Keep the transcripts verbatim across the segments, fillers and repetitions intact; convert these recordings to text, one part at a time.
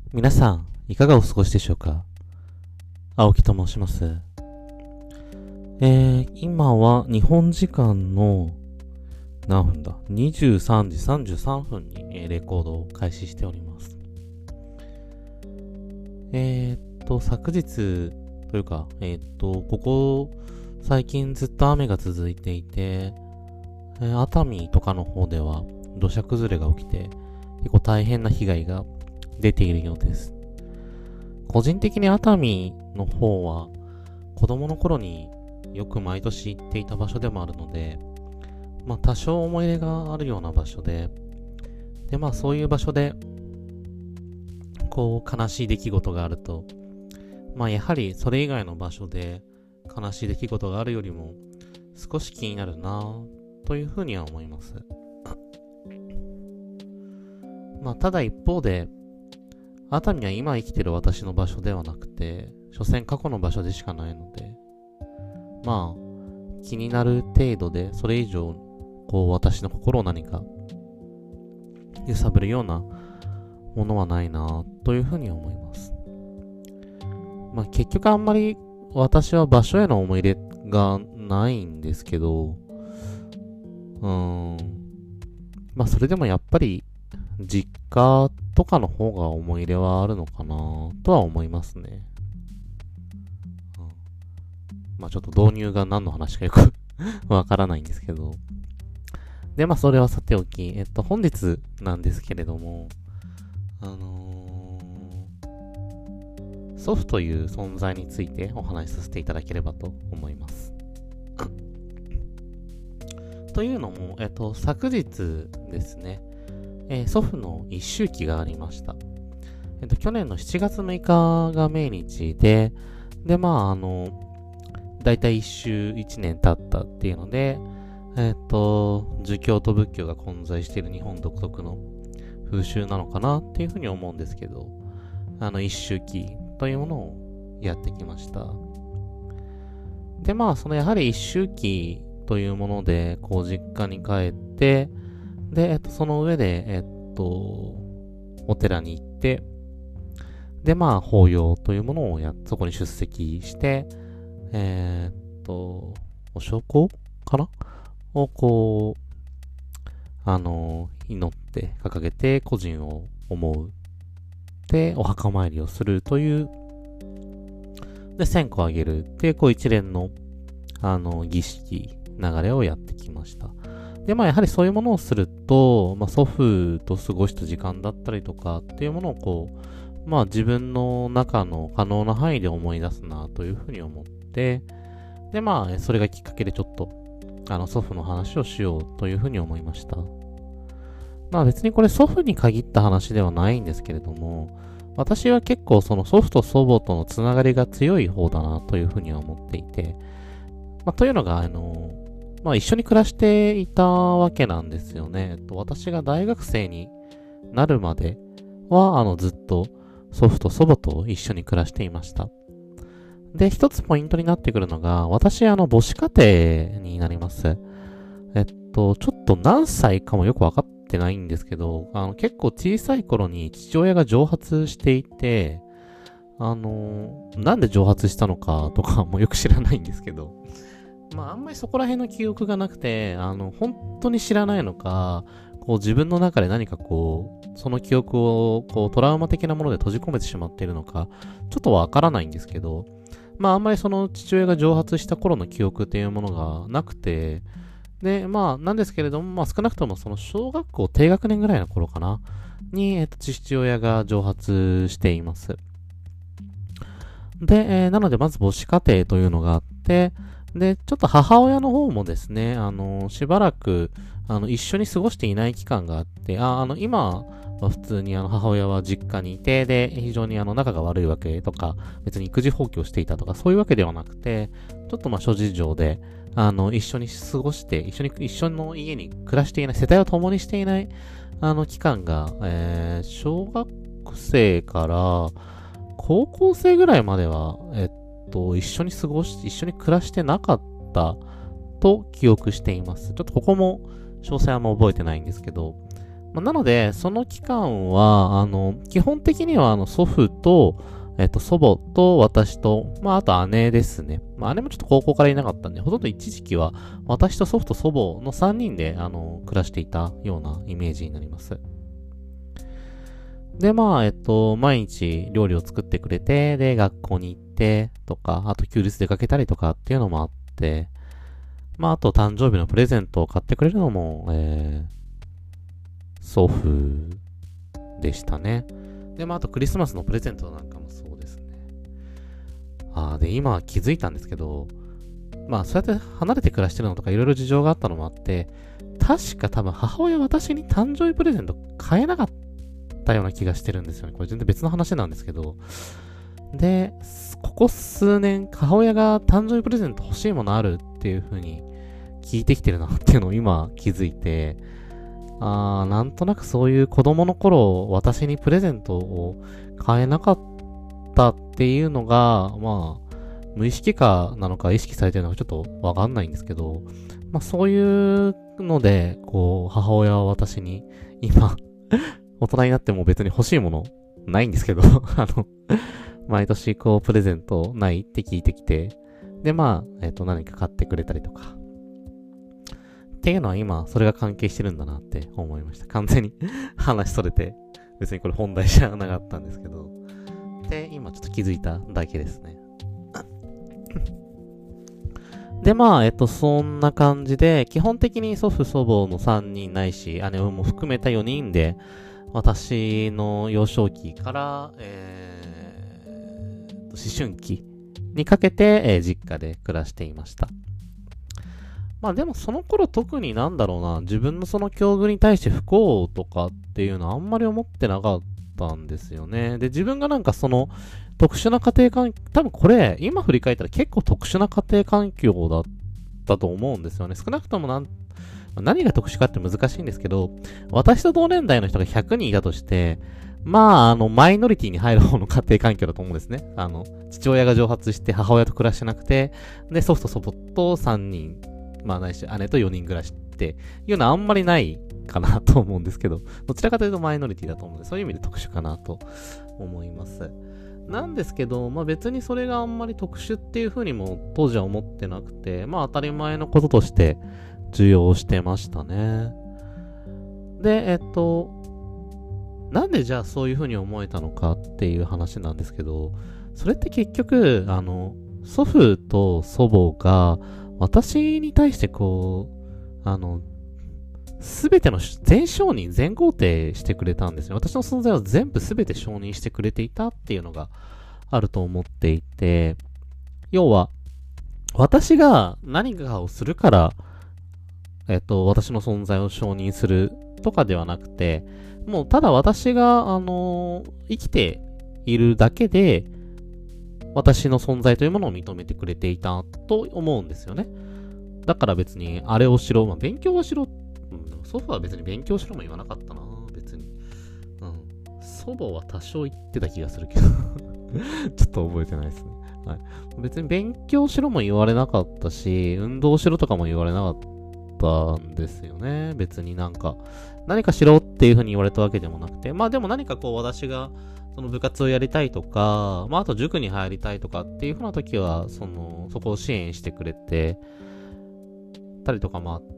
皆さん、いかがお過ごしでしょうか？青木と申します。えー、今は日本時間の何分だ ?にじゅうさんじさんじゅうさんぷんに、えーレコードを開始しております。えーっと、昨日というか、えーっと、ここ最近ずっと雨が続いていて、えー熱海とかの方では土砂崩れが起きて、結構大変な被害が出ているようです。個人的に熱海の方は子供の頃によく毎年行っていた場所でもあるので、まあ多少思い入れがあるような場所で、でまあそういう場所でこう悲しい出来事があると、まあやはりそれ以外の場所で悲しい出来事があるよりも少し気になるなというふうには思います。まあただ一方で、熱海は今生きてる私の場所ではなくて、所詮過去の場所でしかないので、まあ、気になる程度で、それ以上、こう、私の心を何か、揺さぶるようなものはないな、というふうに思います。まあ、結局あんまり、私は場所への思い入れがないんですけど、うーん、まあ、それでもやっぱり、実家とかの方が思い入れはあるのかなとは思いますね。うん、まあちょっと導入が何の話かよくわからないんですけど。で、まあそれはさておき、えっと本日なんですけれども、あのー、祖父という存在についてお話しさせていただければと思います。というのも、えっと昨日ですね、えー、祖父の一周忌がありました。えっと、去年のしちがつむいかが命日で、で、まあ、あの、だいたい一周いちねん経ったっていうので、えっと、儒教と仏教が混在している日本独特の風習なのかなっていうふうに思うんですけど、あの、一周忌というものをやってきました。で、まあ、そのやはり一周忌というもので、こう、実家に帰って、で、えっと、その上で、えっと、お寺に行って、で、まあ、法要というものをや、そこに出席して、えー、っと、お焼香かなをこう、あの、祈って掲げて個人を思う。で、お墓参りをするという、で、線香をあげるっていう、こう一連の、あの、儀式、流れをやってきました。で、まあやはりそういうものをすると、まあ祖父と過ごした時間だったりとかっていうものをこう、まあ自分の中の可能な範囲で思い出すなというふうに思って、でまあそれがきっかけでちょっと、あの祖父の話をしようというふうに思いました。まあ別にこれ祖父に限った話ではないんですけれども、私は結構その祖父と祖母とのつながりが強い方だなというふうには思っていて、まあというのがあの、まあ一緒に暮らしていたわけなんですよね。えっと、私が大学生になるまでは、あの、ずっと祖父と祖母と一緒に暮らしていました。で、一つポイントになってくるのが、私、あの、母子家庭になります。えっと、ちょっと何歳かもよくわかってないんですけど、あの、結構小さい頃に父親が蒸発していて、あの、なんで蒸発したのかとかもよく知らないんですけど、まああんまりそこら辺の記憶がなくて、あの、本当に知らないのか、こう自分の中で何かこう、その記憶をこうトラウマ的なもので閉じ込めてしまっているのか、ちょっとわからないんですけど、まああんまりその父親が蒸発した頃の記憶っていうものがなくて、で、まあなんですけれども、まあ少なくともその小学校低学年ぐらいの頃かな、に、えっと、父親が蒸発しています。で、えーなのでまず母子家庭というのがあって、で、ちょっと母親の方もですね、あの、しばらく、あの、一緒に過ごしていない期間があって、あ、あの、今は普通にあの、母親は実家にいて、で、非常にあの、仲が悪いわけとか、別に育児放棄をしていたとか、そういうわけではなくて、ちょっとまあ、諸事情で、あの、一緒に過ごして、一緒に、一緒の家に暮らしていない、世帯を共にしていない、あの、期間が、えー、小学生から、高校生ぐらいまでは、えっと、一緒に過ごし、一緒に暮らしてなかったと記憶しています。ちょっとここも詳細はもう覚えてないんですけど、 まあ、なので、その期間は、あの、基本的には、あの、祖父と、えっと、祖母と私と、まあ、あと姉ですね。まあ、姉もちょっと高校からいなかったんで、ほとんど一時期は、私と祖父と祖母のさんにんで、あの、暮らしていたようなイメージになります。で、まあ、えっと、毎日料理を作ってくれて、で、学校に行ってとか、あと休日出かけたりとかっていうのもあって、まあ、あと誕生日のプレゼントを買ってくれるのも、えー、祖父でしたね。で、まあ、あとクリスマスのプレゼントなんかもそうですね。あー、で、今気づいたんですけど、まあ、そうやって離れて暮らしてるのとかいろいろ事情があったのもあって、確か多分母親私に誕生日プレゼント買えなかったような気がしてるんですよね。これ全然別の話なんですけど。で、ここ数年、母親が誕生日プレゼント欲しいものあるっていう風に聞いてきてるなっていうのを今気づいて、あー、なんとなくそういう子供の頃、私にプレゼントを買えなかったっていうのが、まあ、無意識化なのか意識されてるのかちょっとわかんないんですけど、まあそういうので、こう、母親は私に今、大人になっても別に欲しいものないんですけど、あの、毎年こうプレゼントないって聞いてきて、でまあ、えっと何か買ってくれたりとか。っていうのは今、それが関係してるんだなって思いました。完全に話それて、別にこれ本題じゃなかったんですけど。で、今ちょっと気づいただけですね。で、まあ、えっと、そんな感じで、基本的に祖父祖母のさんにんないし、姉も含めたよにんで、私の幼少期から、えー、思春期にかけて、えー、実家で暮らしていました。まあでもその頃特になんだろうな、自分のその境遇に対して不幸とかっていうのはあんまり思ってなかったんですよね。で、自分がなんかその特殊な家庭環境、多分これ今振り返ったら結構特殊な家庭環境だったと思うんですよね。少なくともなん何が特殊かって難しいんですけど、私と同年代の人がひゃくにんいたとして、まあ、あの、マイノリティに入る方の家庭環境だと思うんですね。あの、父親が蒸発して母親と暮らしてなくて、で、祖父と祖母とさんにん、まあ、ないし、姉とよにん暮らしっていうのはあんまりないかなと思うんですけど、どちらかというとマイノリティだと思うので、そういう意味で特殊かなと思います。なんですけど、まあ別にそれがあんまり特殊っていう風にも当時は思ってなくて、まあ当たり前のこととして受容してましたね。で、えっと、なんでじゃあそういう風に思えたのかっていう話なんですけど、それって結局、あの、祖父と祖母が私に対してこう、あの、すべての全承認、全肯定してくれたんですよ。私の存在を全部すべて承認してくれていたっていうのがあると思っていて、要は、私が何かをするから、えっと、私の存在を承認するとかではなくて、もうただ私が、あのー、生きているだけで、私の存在というものを認めてくれていたと思うんですよね。だから別に、あれをしろ、まあ、勉強はしろ、うん、祖父は別に勉強しろも言わなかったな、別に。うん。祖母は多少言ってた気がするけど、ちょっと覚えてないですね。はい。別に勉強しろも言われなかったし、運動しろとかも言われなかったんですよね。別になんか、何かしろっていう風に言われたわけでもなくて、まあでも何かこう私が、その部活をやりたいとか、まああと塾に入りたいとかっていう風な時は、その、そこを支援してくれて、たりとかもあって、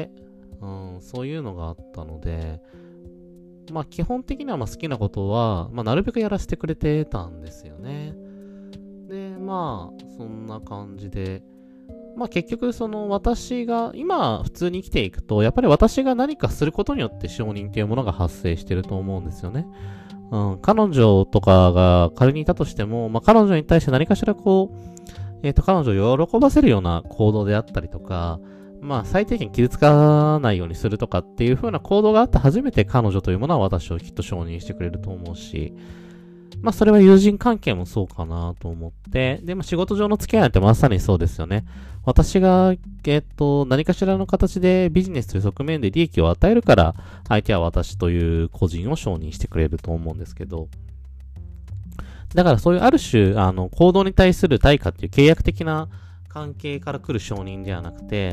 うん、そういうのがあったので、まあ基本的にはまあ好きなことは、まあなるべくやらせてくれてたんですよね。で、まあそんな感じで、まあ結局その私が、今普通に生きていくと、やっぱり私が何かすることによって承認っていうものが発生してると思うんですよね。うん、彼女とかが仮にいたとしても、まあ彼女に対して何かしらこう、えっと彼女を喜ばせるような行動であったりとか、まあ最低限傷つかないようにするとかっていう風な行動があって初めて彼女というものは私をきっと承認してくれると思うし、まあそれは友人関係もそうかなと思って、でも仕事上の付き合いなんてまさにそうですよね。私が、えっと、何かしらの形でビジネスという側面で利益を与えるから、相手は私という個人を承認してくれると思うんですけど、だからそういうある種、あの、行動に対する対価っていう契約的な関係から来る承認ではなくて、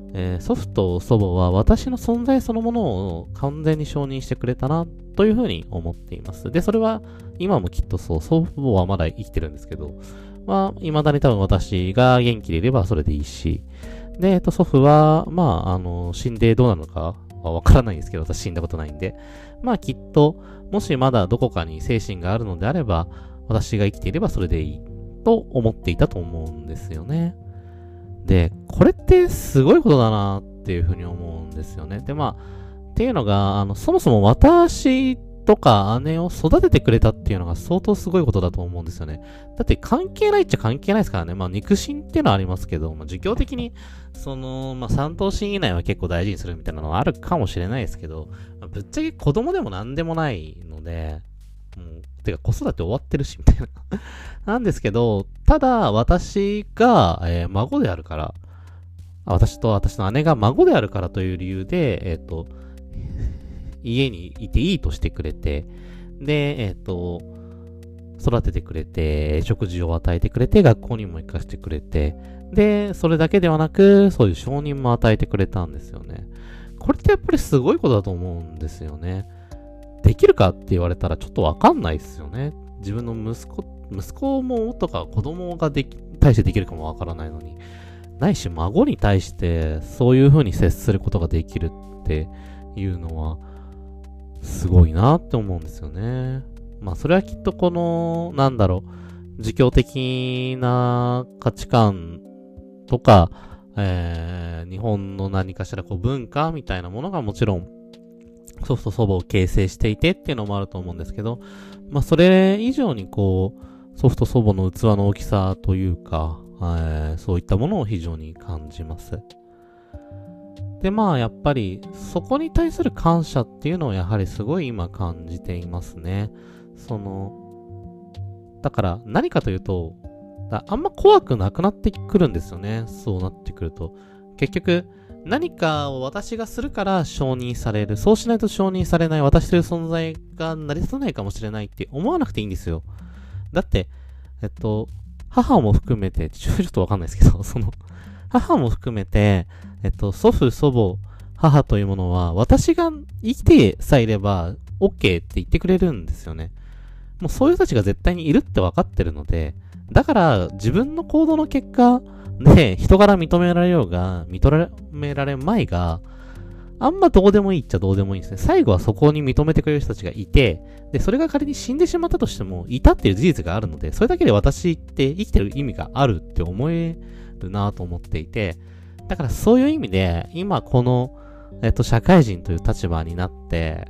えー、祖父と祖母は私の存在そのものを完全に承認してくれたなというふうに思っています。で、それは今もきっとそう、祖父母はまだ生きてるんですけど、まあ、未だに多分私が元気でいればそれでいいし、で、えっと、祖父は、まあ、あの、死んでどうなのかはわからないんですけど、私死んだことないんで、まあ、きっと、もしまだどこかに精神があるのであれば、私が生きていればそれでいいと思っていたと思うんですよね。で、これってすごいことだなっていうふうに思うんですよね。で、まあ、っていうのが、あの、そもそも私とか姉を育ててくれたっていうのが相当すごいことだと思うんですよね。だって関係ないっちゃ関係ないですからね。まあ、肉親っていうのはありますけど、まあ、儒教的に、その、まあ、三頭身以内は結構大事にするみたいなのはあるかもしれないですけど、まあ、ぶっちゃけ子供でも何でもないので、もう、てか子育て終わってるし、みたいな。なんですけど、ただ私が、えー、孫であるから、私と私の姉が孫であるからという理由で、えっと、家にいていいとしてくれて、で、えっと、育ててくれて、食事を与えてくれて、学校にも行かせてくれて、で、それだけではなく、そういう承認も与えてくれたんですよね。これってやっぱりすごいことだと思うんですよね。できるかって言われたらちょっとわかんないですよね。自分の息子、息子もとか子供ができ、対してできるかもわからないのに、ないし孫に対してそういう風に接することができるっていうのは、すごいなって思うんですよね。まあそれはきっとこの、なんだろう、儒教的な価値観とか、えー、日本の何かしらこう文化みたいなものがもちろん祖父と祖母を形成していてっていうのもあると思うんですけど、まあそれ以上にこう、祖父と祖母の器の大きさというか、えー、そういったものを非常に感じます。で、まあやっぱりそこに対する感謝っていうのをやはりすごい今感じていますね。その、だから何かというと、あんま怖くなくなってくるんですよね。そうなってくると。結局、何かを私がするから承認される。そうしないと承認されない私という存在が成り立たないかもしれないって思わなくていいんですよ。だって、えっと、母も含めて、ちょっとわかんないですけど、その、母も含めて、えっと、祖父、祖母、母というものは、私が生きてさえいれば、OK って言ってくれるんですよね。もうそういう人たちが絶対にいるって分かってるので、だから自分の行動の結果で人柄認められようが、認められまいが、あんまどうでもいいっちゃどうでもいいんですね。最後はそこに認めてくれる人たちがいて、で、それが仮に死んでしまったとしても、いたっていう事実があるので、それだけで私って生きてる意味があるって思えるなと思っていて、だからそういう意味で、今この、えっと、社会人という立場になって、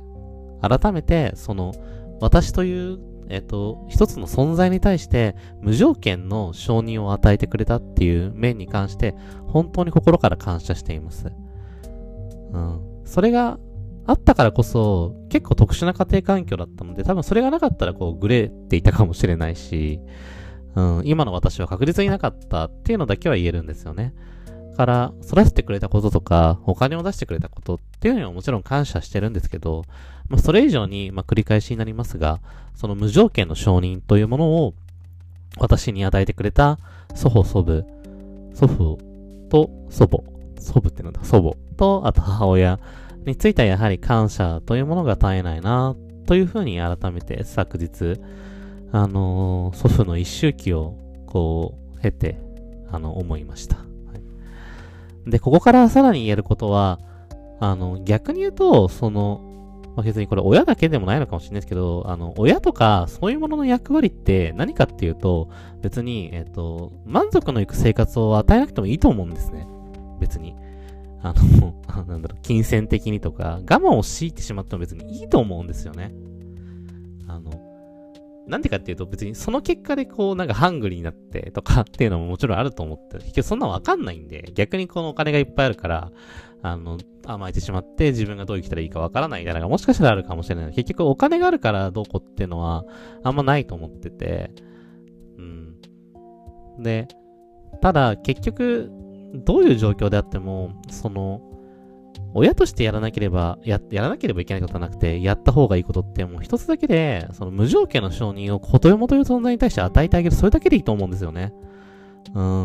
改めて、その、私という、えっと、一つの存在に対して、無条件の承認を与えてくれたっていう面に関して、本当に心から感謝しています。うん。それがあったからこそ、結構特殊な家庭環境だったので、多分それがなかったらこう、グレーていたかもしれないし、うん、今の私は確実になかったっていうのだけは言えるんですよね。から、育ててくれたこととか、お金を出してくれたことっていうのはもちろん感謝してるんですけど、まあ、それ以上に、まあ、繰り返しになりますが、その無条件の承認というものを、私に与えてくれた祖父、祖母、祖父と祖母、祖母ってなんだ、祖母と、あと母親についてはやはり感謝というものが絶えないな、というふうに改めて昨日、あのー、祖父の一周期を、こう、経て、あの、思いました。で、ここからさらに言えることは、あの、逆に言うと、その、まあ、別にこれ親だけでもないのかもしれないですけど、あの、親とかそういうものの役割って何かっていうと、別に、えっと、満足のいく生活を与えなくてもいいと思うんですね。別に。あの、なんだろう、金銭的にとか、我慢を強いてしまっても別にいいと思うんですよね。あの、なんでかっていうと別にその結果でこうなんかハングリーになってとかっていうのももちろんあると思って、結局そんなのわかんないんで、逆にこのお金がいっぱいあるから、あの、甘えてしまって自分がどう生きたらいいかわからないみたいなのがもしかしたらあるかもしれない。結局お金があるからどうこうっていうのはあんまないと思ってて、うん。で、ただ結局どういう状況であっても、その、親としてやらなければ、や、やらなければいけないことはなくて、やった方がいいことってもう一つだけで、その無条件の承認をことよもという存在に対して与えてあげる、それだけでいいと思うんですよね。うん。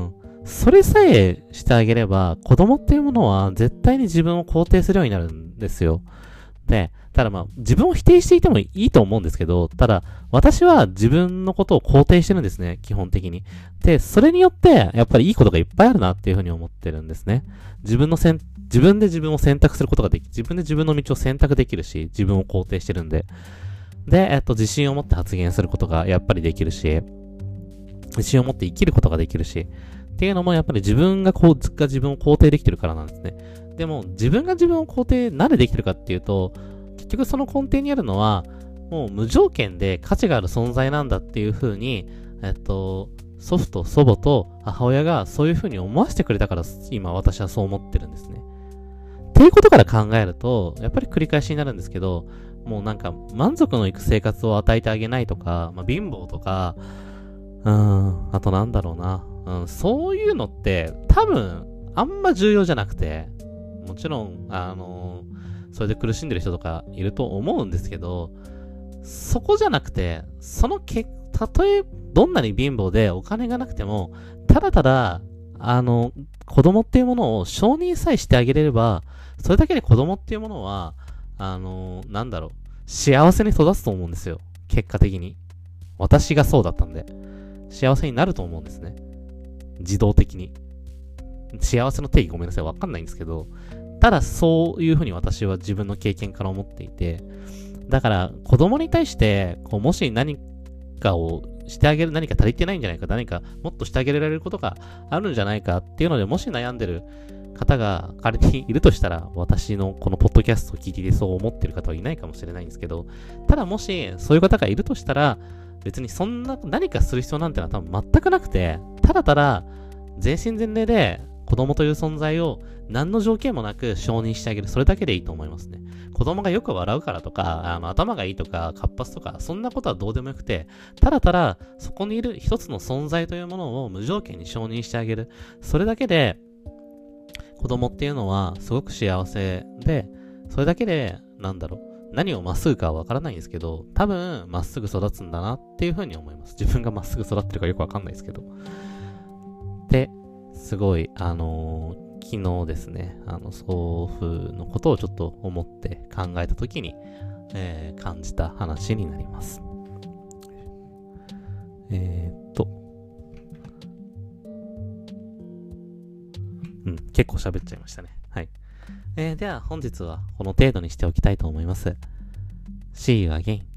それさえしてあげれば、子供っていうものは絶対に自分を肯定するようになるんですよ。で、ただまあ、自分を否定していてもいいと思うんですけど、ただ、私は自分のことを肯定してるんですね、基本的に。で、それによって、やっぱりいいことがいっぱいあるなっていうふうに思ってるんですね。自分のせん、自分で自分を選択することができ、自分で自分の道を選択できるし、自分を肯定してるんで。で、えっと、自信を持って発言することがやっぱりできるし、自信を持って生きることができるし、っていうのもやっぱり自分がこう、が自分を肯定できてるからなんですね。でも、自分が自分を肯定、なぜできてるかっていうと、結局その根底にあるのは、もう無条件で価値がある存在なんだっていう風に、えっと、祖父と祖母と母親がそういう風に思わせてくれたから、今私はそう思ってるんですね。っていうことから考えると、やっぱり繰り返しになるんですけど、もうなんか満足のいく生活を与えてあげないとか、まあ、貧乏とか、うーん、あとなんだろうな、うん、そういうのって多分あんま重要じゃなくて、もちろん、あのー、それで苦しんでる人とかいると思うんですけど、そこじゃなくて、そのけ、たとえどんなに貧乏でお金がなくても、ただただ、あの、子供っていうものを承認さえしてあげれれば、それだけで子供っていうものは、あのー、なんだろう、幸せに育つと思うんですよ。結果的に。私がそうだったんで。幸せになると思うんですね。自動的に。幸せの定義ごめんなさい。わかんないんですけど、ただそういうふうに私は自分の経験から思っていて、だから子供に対して、こうもし何かをしてあげる、何か足りてないんじゃないか、何かもっとしてあげられることがあるんじゃないかっていうので、もし悩んでる方が仮にいるとしたら、私のこのポッドキャストを聞いていてそう思ってる方はいないかもしれないんですけど、ただもしそういう方がいるとしたら、別にそんな何かする必要なんてのは多分全くなくて、ただただ全身全霊で子供という存在を何の条件もなく承認してあげる。それだけでいいと思いますね。子供がよく笑うからとか、あの頭がいいとか、活発とか、そんなことはどうでもよくて、ただただそこにいる一つの存在というものを無条件に承認してあげる。それだけで、子供っていうのはすごく幸せで、それだけで、なんだろう、何をまっすぐかはわからないんですけど、多分まっすぐ育つんだなっていうふうに思います。自分がまっすぐ育ってるかよくわかんないですけど。で、すごい、あのー昨日ですね、あの、祖父のことをちょっと思って考えたときに、えー、感じた話になります。えー、っと、うん、結構喋っちゃいましたね。はい。えー、では本日はこの程度にしておきたいと思います。See you again.